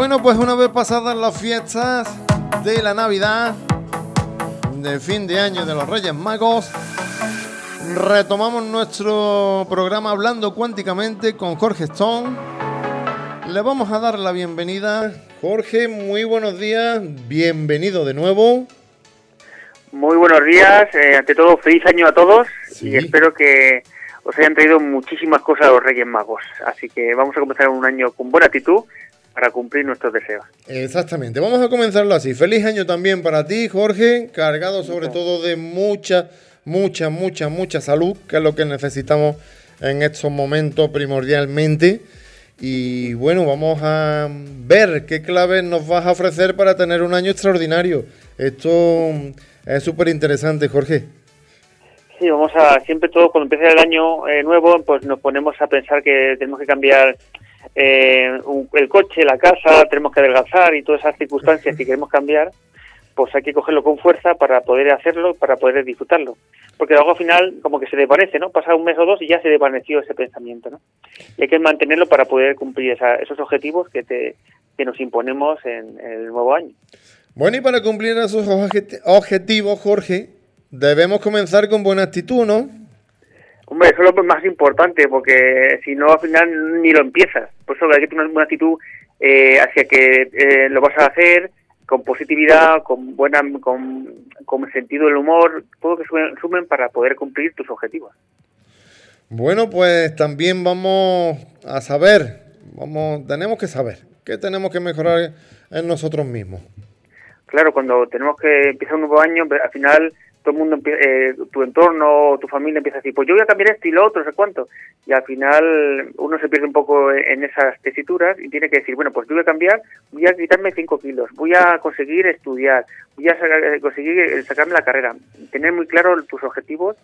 Bueno, pues una vez pasadas las fiestas de la Navidad, de fin de año de los Reyes Magos, retomamos nuestro programa Hablando Cuánticamente con Jorge Stone. Le vamos a dar la bienvenida. Jorge, muy buenos días, bienvenido de nuevo. Muy buenos días, ante todo feliz año a todos. Sí. Y espero que os hayan traído muchísimas cosas a los Reyes Magos. Así que vamos a comenzar un año con buena actitud para cumplir nuestros deseos. Exactamente, vamos a comenzarlo así. Feliz año también para ti, Jorge, cargado sobre todo de mucha salud, que es lo que necesitamos en estos momentos primordialmente. Y bueno, vamos a ver qué claves nos vas a ofrecer para tener un año extraordinario. Esto es súper interesante, Jorge. Sí, siempre todo cuando empieza el año nuevo, pues nos ponemos a pensar que tenemos que cambiar el coche, la casa, tenemos que adelgazar y todas esas circunstancias que queremos cambiar, pues hay que cogerlo con fuerza para poder hacerlo, para poder disfrutarlo. Porque luego al final como que se desvanece, ¿no? Pasa un mes o dos y ya se desvaneció ese pensamiento, ¿no? Y hay que mantenerlo para poder cumplir esos objetivos que nos imponemos en el nuevo año. Bueno, y para cumplir esos objetivos, Jorge, debemos comenzar con buena actitud, ¿no? Hombre, eso es lo más importante, porque si no, al final ni lo empiezas. Por eso hay que tener una actitud hacia que lo vas a hacer con positividad, con sentido del humor, todo que sumen para poder cumplir tus objetivos. Bueno, pues también vamos a saber, tenemos que saber qué tenemos que mejorar en nosotros mismos. Claro, cuando tenemos que empezar un nuevo año, al final todo el mundo, tu entorno, tu familia empieza a decir, pues yo voy a cambiar esto y lo otro, no sé cuánto. Y al final uno se pierde un poco en esas tesituras y tiene que decir, bueno, pues yo voy a cambiar, voy a quitarme 5 kilos, voy a conseguir estudiar, voy a conseguir sacarme la carrera. Tener muy claro tus objetivos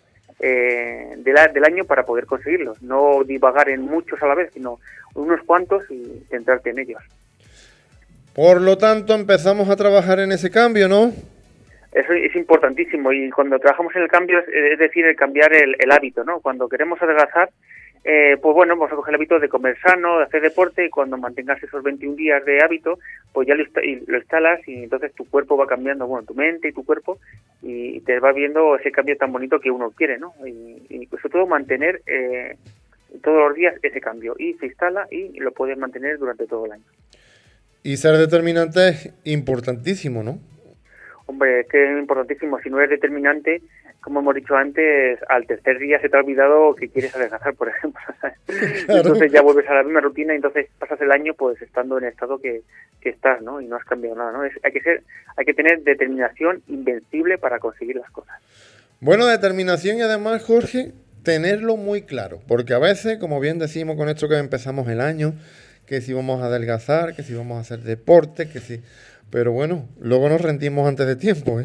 del año para poder conseguirlos. No divagar en muchos a la vez, sino unos cuantos y centrarte en ellos. Por lo tanto, empezamos a trabajar en ese cambio, ¿no? Eso es importantísimo, y cuando trabajamos en el cambio, es decir, el cambiar el hábito, ¿no? Cuando queremos adelgazar, pues bueno, vamos a coger el hábito de comer sano, de hacer deporte, y cuando mantengas esos 21 días de hábito, pues ya lo instalas y entonces tu cuerpo va cambiando, bueno, tu mente y tu cuerpo, y te va viendo ese cambio tan bonito que uno quiere, ¿no? Y sobre todo mantener todos los días ese cambio, y se instala y lo puedes mantener durante todo el año. Y ser determinante es importantísimo, ¿no? Hombre, es que es importantísimo. Si no eres determinante, como hemos dicho antes, al tercer día se te ha olvidado que quieres adelgazar, por ejemplo. Claro. Entonces ya vuelves a la misma rutina y entonces pasas el año pues estando en el estado que estás, ¿no? Y no has cambiado nada, ¿no? Hay que tener determinación invencible para conseguir las cosas. Bueno, determinación y además, Jorge, tenerlo muy claro. Porque a veces, como bien decimos con esto que empezamos el año, que si vamos a adelgazar, que si vamos a hacer deporte, que si... Pero bueno, luego nos rendimos antes de tiempo, ¿eh?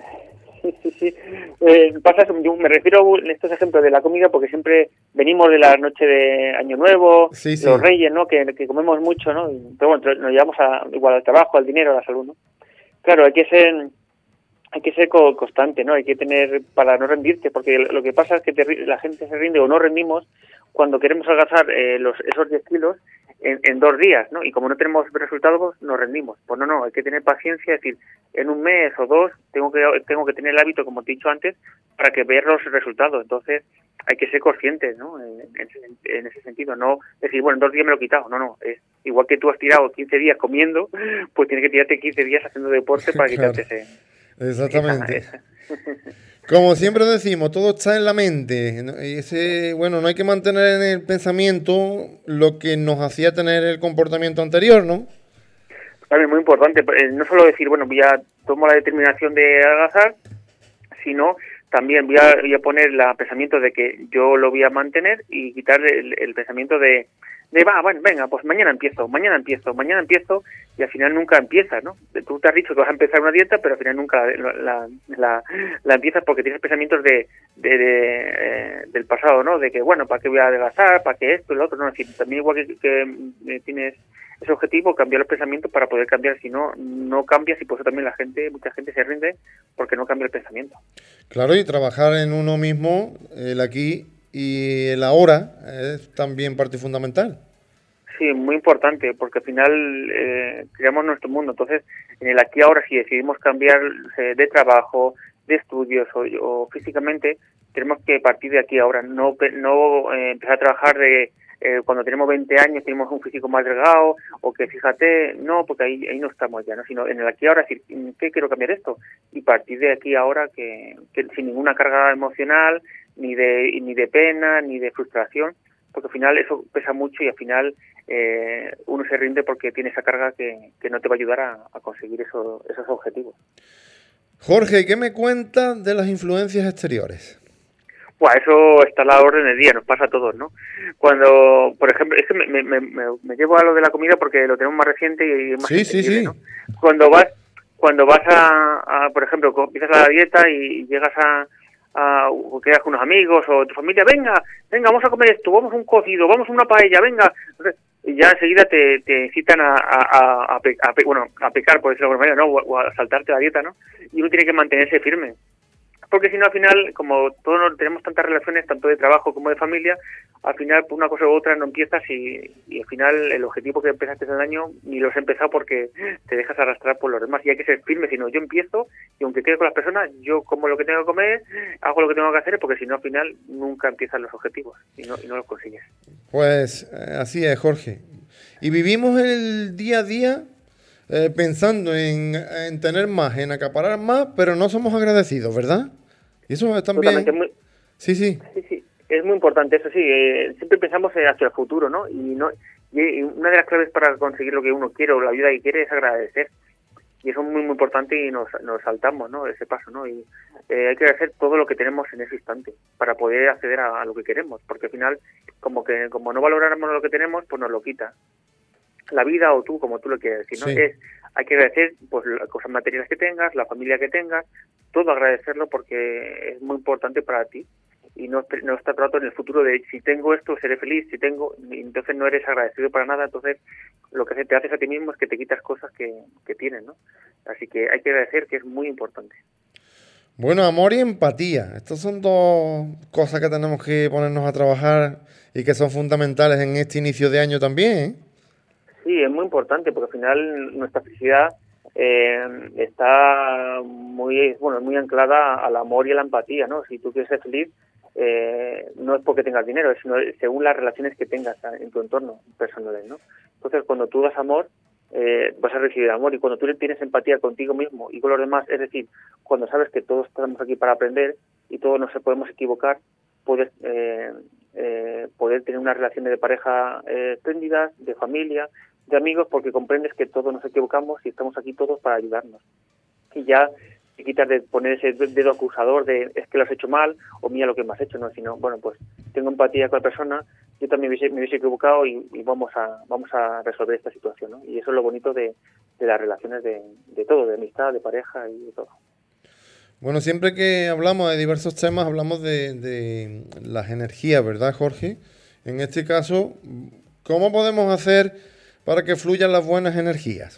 Sí. Yo me refiero en estos ejemplos de la comida porque siempre venimos de la noche de Año Nuevo, sí. Los Reyes, ¿no? Que comemos mucho, ¿no? Pero bueno, nos llevamos igual al trabajo, al dinero, a la salud, ¿no? Claro, hay que ser constante, ¿no? Hay que tener, para no rendirte, porque lo que pasa es que la gente se rinde o no rendimos cuando queremos adelgazar esos 10 kilos en 2 días, ¿no? Y como no tenemos resultados, nos rendimos. Pues no, hay que tener paciencia, es decir, en un mes o 2 tengo que tener el hábito, como te he dicho antes, para que ver los resultados. Entonces, hay que ser conscientes, ¿no? En ese sentido, no decir, bueno, en 2 días me lo he quitado. No, es igual que tú has tirado 15 días comiendo, pues tienes que tirarte 15 días haciendo deporte para claro. Quitarte ese... Exactamente. Como siempre decimos, todo está en la mente. No hay que mantener en el pensamiento lo que nos hacía tener el comportamiento anterior, ¿no? Claro, es muy importante. No solo decir, bueno, ya tomo la determinación de adelgazar, sino también voy a poner el pensamiento de que yo lo voy a mantener y quitar el pensamiento de venga, pues mañana empiezo, y al final nunca empiezas, ¿no? Tú te has dicho que vas a empezar una dieta, pero al final nunca la empiezas porque tienes pensamientos del pasado, ¿no? De que, bueno, ¿para qué voy a adelgazar? ¿Para qué esto y lo otro? No, es decir, también igual que tienes ese objetivo, cambiar los pensamientos para poder cambiar. Si no cambias, y por eso también mucha gente se rinde porque no cambia el pensamiento. Claro, y trabajar en uno mismo, el aquí y el ahora, es también parte fundamental. Sí, muy importante, porque al final creamos nuestro mundo. Entonces, en el aquí ahora, si decidimos cambiar de trabajo, de estudios o físicamente, tenemos que partir de aquí ahora, no empezar a trabajar de cuando tenemos 20 años, tenemos un físico más delgado, o que fíjate, no, porque ahí no estamos ya, ¿no? Sino en el aquí ahora, decir, ¿qué quiero cambiar esto? Y partir de aquí ahora, que sin ninguna carga emocional, ni de pena, ni de frustración, porque al final eso pesa mucho y al final uno se rinde porque tiene esa carga que no te va a ayudar a conseguir esos objetivos. Jorge, ¿qué me cuentas de las influencias exteriores? Pues eso está a la orden del día, nos pasa a todos, ¿no? Cuando, por ejemplo, es que me llevo a lo de la comida porque lo tenemos más reciente y más entendible, ¿no? Cuando vas a por ejemplo, empiezas la dieta y llegas o quedas con unos amigos o tu familia, venga, vamos a comer esto, vamos a un cocido, vamos a una paella, venga. Entonces, y ya enseguida te incitan a pecar, por decirlo de alguna manera, ¿no? O a saltarte la dieta, ¿no? Y uno tiene que mantenerse firme. Porque si no, al final, como todos tenemos tantas relaciones, tanto de trabajo como de familia, al final, por una cosa u otra, no empiezas y al final el objetivo que empezaste en el año ni lo has empezado porque te dejas arrastrar por los demás. Y hay que ser firme, sino yo empiezo y aunque quede con las personas, yo como lo que tengo que comer, hago lo que tengo que hacer, porque si no, al final, nunca empiezan los objetivos y no los consigues. Pues así es, Jorge. Y vivimos el día a día pensando en tener más, en acaparar más, pero no somos agradecidos, ¿verdad? Y eso es también... Sí. Es muy importante eso, sí. Siempre pensamos hacia el futuro, ¿no? Y una de las claves para conseguir lo que uno quiere o la vida que quiere es agradecer. Y eso es muy, muy importante y nos saltamos, ¿no? Ese paso, ¿no? Y hay que agradecer todo lo que tenemos en ese instante para poder acceder a lo que queremos. Porque al final, como no valoráramos lo que tenemos, pues nos lo quita la vida o tú, como tú lo quieres decir, ¿no? Sí. Hay que agradecer pues las cosas materiales que tengas, la familia que tengas, todo agradecerlo porque es muy importante para ti y no está trato en el futuro de si tengo esto seré feliz, si tengo, entonces no eres agradecido para nada, entonces lo que te haces a ti mismo es que te quitas cosas que tienes, ¿no? Así que hay que agradecer, que es muy importante. Bueno, amor y empatía. Estas son dos cosas que tenemos que ponernos a trabajar y que son fundamentales en este inicio de año también, ¿eh? Sí, es muy importante porque al final nuestra felicidad está muy anclada al amor y a la empatía, ¿no? Si tú quieres ser feliz, no es porque tengas dinero, sino según las relaciones que tengas en tu entorno personal, ¿no? Entonces, cuando tú das amor, vas a recibir amor, y cuando tú tienes empatía contigo mismo y con los demás, es decir, cuando sabes que todos estamos aquí para aprender y todos nos podemos equivocar, puedes poder tener unas relaciones de pareja espléndidas, de familia, de amigos, porque comprendes que todos nos equivocamos y estamos aquí todos para ayudarnos. Y ya te quitas de poner ese dedo acusador de es que lo has hecho mal o mira lo que me has hecho, no, sino bueno, pues tengo empatía con la persona, yo también me hubiese equivocado y vamos a resolver esta situación, ¿no? Y eso es lo bonito de las relaciones de todo, de amistad, de pareja y de todo. Bueno, siempre que hablamos de diversos temas, hablamos de las energías, ¿verdad, Jorge? En este caso, ¿cómo podemos hacer para que fluyan las buenas energías?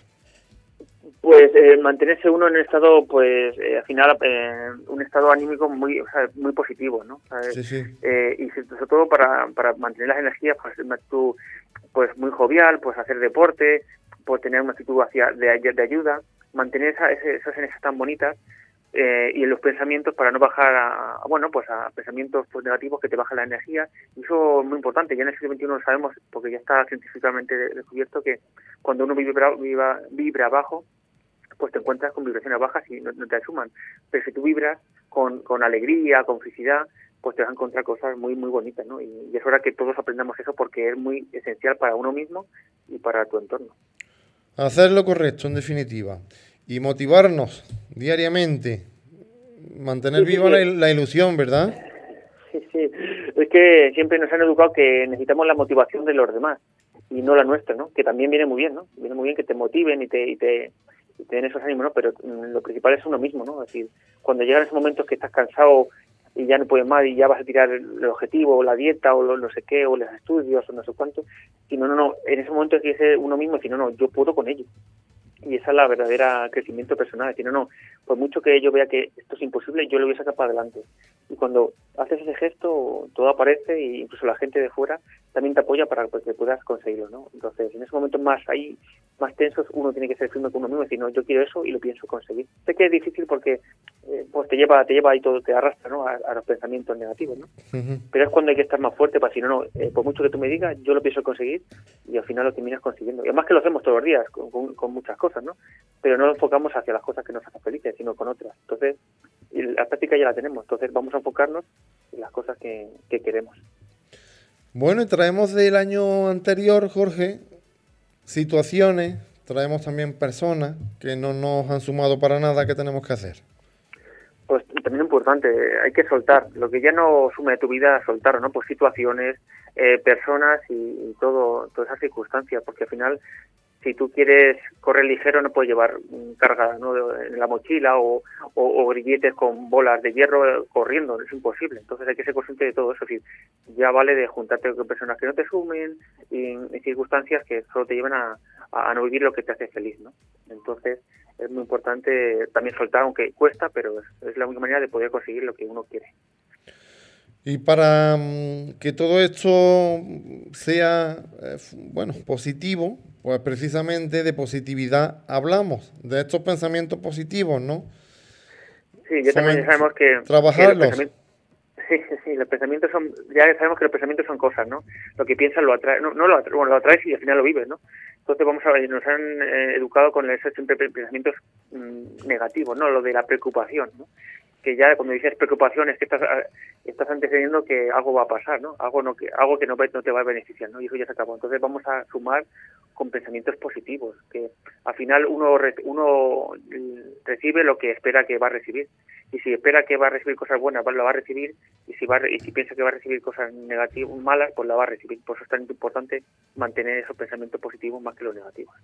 Pues mantenerse uno en un estado, pues al final, un estado anímico muy positivo, ¿no? Sí. Y sobre todo para mantener las energías, pues una actitud pues muy jovial, pues hacer deporte, pues tener una actitud de ayuda, mantener esas energías tan bonitas. Y en los pensamientos para no bajar a pensamientos pues negativos que te bajan la energía, y eso es muy importante. Ya en el siglo XXI lo sabemos, porque ya está científicamente descubierto que cuando uno vibra bajo, pues te encuentras con vibraciones bajas y no te suman. Pero si tú vibras con alegría, con felicidad, pues te vas a encontrar cosas muy, muy bonitas, ¿no? Y es hora que todos aprendamos eso, porque es muy esencial para uno mismo y para tu entorno. Hacer lo correcto, en definitiva. Y motivarnos diariamente. Mantener viva la ilusión, ¿verdad? Sí. Es que siempre nos han educado que necesitamos la motivación de los demás y no la nuestra, ¿no? Que también viene muy bien, ¿no? Viene muy bien que te motiven y te den esos ánimos, ¿no? Pero lo principal es uno mismo, ¿no? Es decir, cuando llegan esos momentos que estás cansado y ya no puedes más y ya vas a tirar el objetivo, o la dieta, o no sé qué, o los estudios, o no sé cuánto, sino no, en ese momento es que ser uno mismo y decir, no, yo puedo con ello. Y esa es la verdadera crecimiento personal, es decir, no, por mucho que yo vea que esto es imposible, yo lo voy a sacar para adelante. Y cuando haces ese gesto, todo aparece, e incluso la gente de fuera también te apoya para que puedas conseguirlo, ¿no? Entonces, en esos momentos más tensos, uno tiene que ser firme con uno mismo y decir, no, yo quiero eso y lo pienso conseguir. Sé que es difícil porque pues te lleva ahí todo, te arrastra, ¿no? A los pensamientos negativos, ¿no? Uh-huh. Pero es cuando hay que estar más fuerte para decir, no, por mucho que tú me digas, yo lo pienso conseguir y al final lo terminas consiguiendo. Y además que lo hacemos todos los días con muchas cosas, ¿no? Pero no lo enfocamos hacia las cosas que nos hacen felices, sino con otras. Entonces, la práctica ya la tenemos, entonces vamos a enfocarnos en las cosas que queremos. Bueno, y traemos del año anterior, Jorge, situaciones, traemos también personas que no nos han sumado para nada. ¿Qué tenemos que hacer? Pues también es importante, hay que soltar, lo que ya no sume de tu vida, soltarlo, ¿no? Pues situaciones, personas y todas esas circunstancias, porque al final, si tú quieres correr ligero, no puedes llevar carga, ¿no? en la mochila o grilletes con bolas de hierro corriendo, es imposible. Entonces hay que ser consciente de todo eso. Es decir, ya vale de juntarte con personas que no te sumen y en circunstancias que solo te llevan a no vivir lo que te hace feliz, ¿no? Entonces es muy importante también soltar, aunque cuesta, pero es la única manera de poder conseguir lo que uno quiere. Y para que todo esto sea, positivo, pues precisamente de positividad hablamos, de estos pensamientos positivos, ¿no? Sí, ya también sabemos que... Trabajarlos. Sí, los pensamientos son... Ya sabemos que los pensamientos son cosas, ¿no? Lo que piensas lo atrae, lo atraes y al final lo vives, ¿no? Entonces nos han educado con esos siempre pensamientos negativos, ¿no? Lo de la preocupación, ¿no? Que ya cuando dices preocupación es que estás antecediendo que algo va a pasar, ¿no? Algo que no te va a beneficiar, ¿no? Y eso ya se acabó. Entonces vamos a sumar con pensamientos positivos, que al final uno recibe lo que espera que va a recibir. Y si espera que va a recibir cosas buenas, lo va a recibir, y si piensa que va a recibir cosas negativas, malas, pues la va a recibir. Por eso es tan importante mantener esos pensamientos positivos más que los negativos.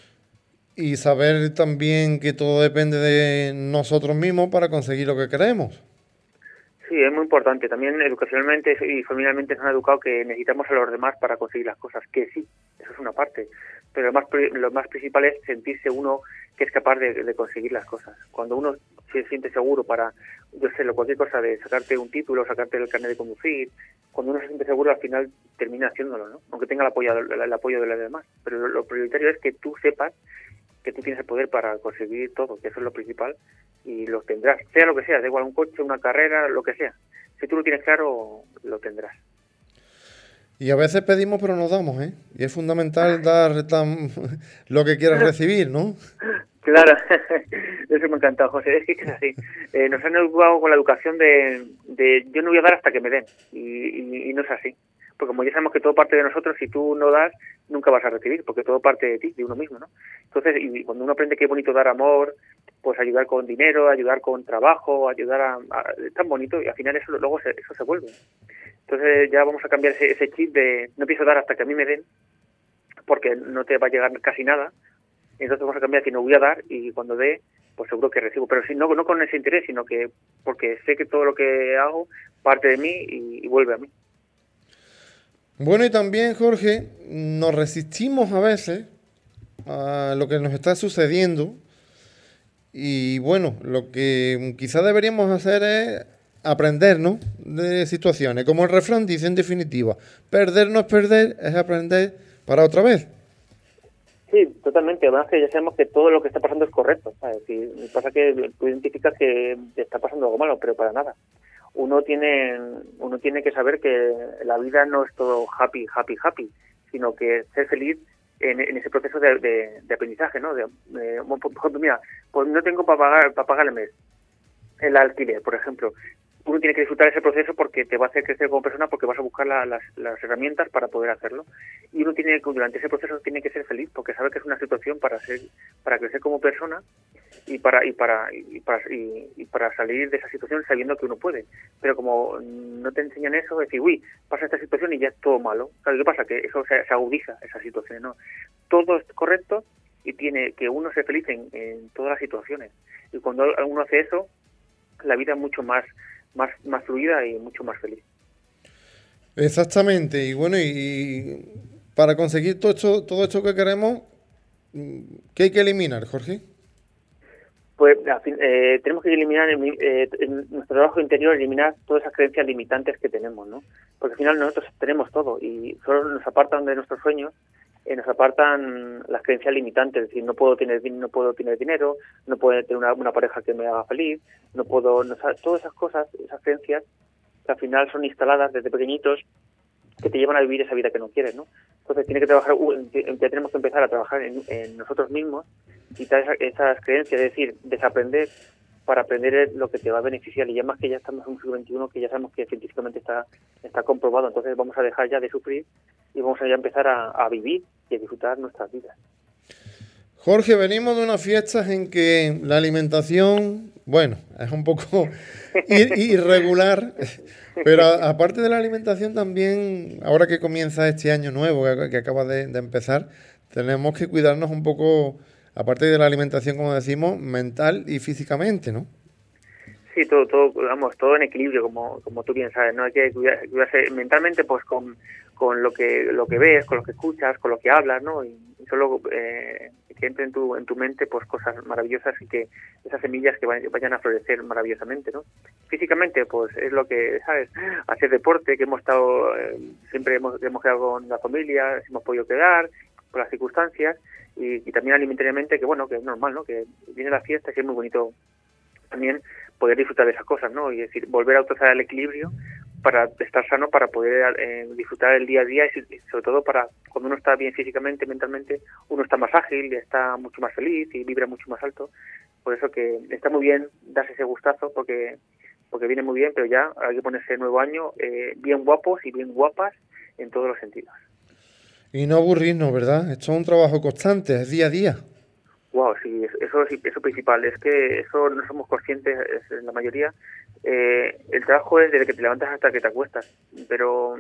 Y saber también que todo depende de nosotros mismos para conseguir lo que queremos. Sí, es muy importante. También educacionalmente y familiarmente nos han educado que necesitamos a los demás para conseguir las cosas. Que sí, eso es una parte. Pero lo más principal es sentirse uno que es capaz de conseguir las cosas. Cuando uno se siente seguro para, cualquier cosa de sacarte un título, sacarte el carnet de conducir, cuando uno se siente seguro al final termina haciéndolo, ¿no? Aunque tenga el apoyo de los demás. Pero lo prioritario es que tú sepas que tú tienes el poder para conseguir todo, que eso es lo principal, y lo tendrás, sea lo que sea, da igual un coche, una carrera, lo que sea. Si tú lo tienes claro, lo tendrás. Y a veces pedimos pero no damos, ¿eh? Y es fundamental dar lo que quieras recibir, ¿no? Claro, eso me ha encantado, José. Es que es así. Nos han educado con la educación de yo no voy a dar hasta que me den, y no es así. Porque como ya sabemos que todo parte de nosotros, si tú no das, nunca vas a recibir, porque todo parte de ti, de uno mismo, ¿no? Entonces, y cuando uno aprende que es bonito dar amor, pues ayudar con dinero, ayudar con trabajo, ayudar es tan bonito, y al final eso se vuelve. Entonces ya vamos a cambiar ese chip de no pienso dar hasta que a mí me den, porque no te va a llegar casi nada. Entonces vamos a cambiar que no voy a dar, y cuando dé, pues seguro que recibo. Pero no con ese interés, sino que porque sé que todo lo que hago parte de mí y vuelve a mí. Bueno, y también, Jorge, nos resistimos a veces a lo que nos está sucediendo, y bueno, lo que quizás deberíamos hacer es aprender, ¿no?, de situaciones. Como el refrán dice, en definitiva, perder no es perder, es aprender para otra vez. Sí, totalmente. Además que ya sabemos que todo lo que está pasando es correcto, ¿sabes? Si pasa que tú identificas que te está pasando algo malo, pero para nada. Uno tiene que saber que la vida no es todo happy, sino que ser feliz en ese proceso de aprendizaje, ¿no? Por ejemplo, mira, pues no tengo para pagar el mes, el alquiler, por ejemplo. Uno tiene que disfrutar ese proceso porque te va a hacer crecer como persona, porque vas a buscar las herramientas para poder hacerlo. Y uno durante ese proceso tiene que ser feliz, porque sabe que es una situación para crecer como persona y para salir de esa situación sabiendo que uno puede. Pero como no te enseñan eso, es decir, pasa esta situación y ya es todo malo. ¿Sabes qué pasa? Que eso se agudiza, esas situaciones, ¿no? Todo es correcto y tiene que uno ser feliz en todas las situaciones. Y cuando uno hace eso, la vida es mucho más fluida y mucho más feliz. Exactamente. Y bueno, y para conseguir todo esto que queremos, ¿qué hay que eliminar, Jorge? Pues tenemos que eliminar en nuestro trabajo interior, eliminar todas esas creencias limitantes que tenemos, ¿no? Porque al final nosotros tenemos todo y solo nos apartan de nuestros sueños, nos apartan las creencias limitantes, es decir, no puedo tener dinero, no puedo tener una pareja que me haga feliz, todas esas cosas, esas creencias que al final son instaladas desde pequeñitos, que te llevan a vivir esa vida que no quieres, ¿no? Entonces ya tenemos que empezar a trabajar en nosotros mismos, quitar esas creencias, es decir, desaprender para aprender lo que te va a beneficiar. Y ya más que ya estamos en un siglo XXI, que ya sabemos que científicamente está comprobado, entonces vamos a dejar ya de sufrir y vamos a ya empezar a vivir y a disfrutar nuestras vidas. Jorge, venimos de unas fiestas en que la alimentación, bueno, es un poco irregular, pero aparte de la alimentación también, ahora que comienza este año nuevo que acaba de empezar, tenemos que cuidarnos un poco, aparte de la alimentación, como decimos, mental y físicamente, ¿no? Sí, todo en equilibrio, como tú bien sabes, ¿no? Hay que cuidarse mentalmente, pues con lo que ves, con lo que escuchas, con lo que hablas, ¿no? Y solo que entre en tu mente pues cosas maravillosas y que esas semillas que vayan a florecer maravillosamente, ¿no? Físicamente, pues es lo que, ¿sabes? Hacer deporte, que hemos estado, siempre hemos quedado con la familia, hemos podido quedar, por las circunstancias, y también alimentariamente, que bueno, que es normal, ¿no? Que viene la fiesta y es muy bonito también poder disfrutar de esas cosas, ¿no? Y es decir, volver a utilizar el equilibrio para estar sano, para poder disfrutar el día a día y sobre todo para cuando uno está bien físicamente, mentalmente, uno está más ágil, está mucho más feliz y vibra mucho más alto. Por eso que está muy bien darse ese gustazo porque viene muy bien, pero ya hay que ponerse el nuevo año bien guapos y bien guapas en todos los sentidos. Y no aburrirnos, ¿verdad? Esto es un trabajo constante, es día a día. Wow, sí, eso principal, es que eso no somos conscientes, la mayoría. El trabajo es desde que te levantas hasta que te acuestas, pero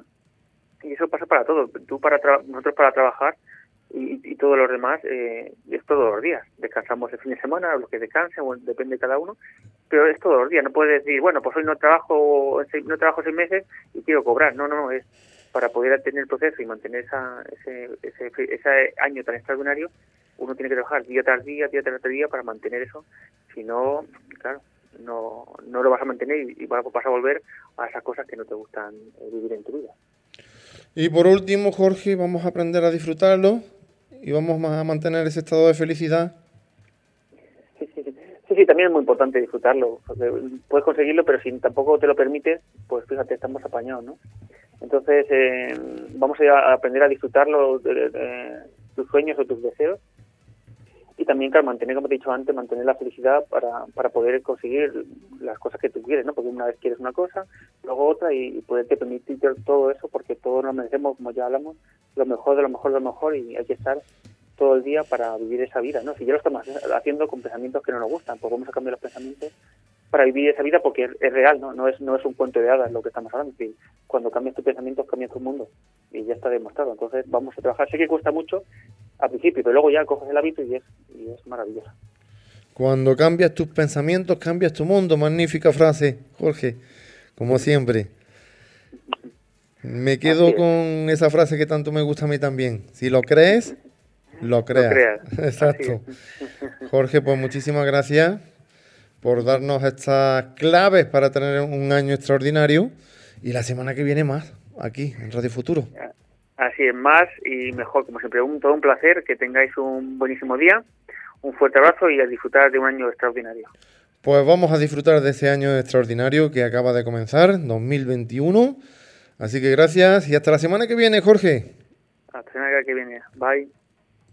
y eso pasa para todo. Nosotros para trabajar y todos los demás es todos los días. Descansamos el fin de semana, los que descansen, o depende de cada uno, pero es todos los días. No puedes decir, bueno, pues hoy no trabajo 6 meses y quiero cobrar. No, es para poder tener el proceso y mantener ese año tan extraordinario. Uno tiene que trabajar día tras día para mantener eso. Si no, claro, no lo vas a mantener y vas a volver a esas cosas que no te gustan vivir en tu vida. Y por último, Jorge, vamos a aprender a disfrutarlo y vamos a mantener ese estado de felicidad. Sí, también es muy importante disfrutarlo. Porque puedes conseguirlo, pero si tampoco te lo permites, pues fíjate, estamos apañados, ¿no? Entonces, vamos a aprender a disfrutarlo, tus sueños o tus deseos. Y también, claro, mantener, como te he dicho antes, mantener la felicidad para poder conseguir las cosas que tú quieres, ¿no? Porque una vez quieres una cosa, luego otra, y poderte permitir todo eso, porque todos nos merecemos, como ya hablamos, lo mejor de lo mejor de lo mejor, y hay que estar todo el día para vivir esa vida, ¿no? Si ya lo estamos haciendo con pensamientos que no nos gustan, pues vamos a cambiar los pensamientos para vivir esa vida, porque es real, ¿no? No es un cuento de hadas lo que estamos hablando. Es decir, cuando cambias tus pensamientos, cambias tu mundo, y ya está demostrado. Entonces vamos a trabajar. Sé que cuesta mucho al principio, pero luego ya coges el hábito y es maravilloso. Cuando cambias tus pensamientos, cambias tu mundo. Magnífica frase, Jorge, como siempre. Me quedo con esa frase que tanto me gusta a mí también. Si lo crees, lo creas. Exacto. Jorge, pues muchísimas gracias por darnos estas claves para tener un año extraordinario, y la semana que viene más, aquí, en Radio Futuro. Así es, más y mejor, como siempre. Todo un placer, que tengáis un buenísimo día, un fuerte abrazo y a disfrutar de un año extraordinario. Pues vamos a disfrutar de ese año extraordinario que acaba de comenzar, 2021. Así que gracias y hasta la semana que viene, Jorge. Hasta la semana que viene. Bye.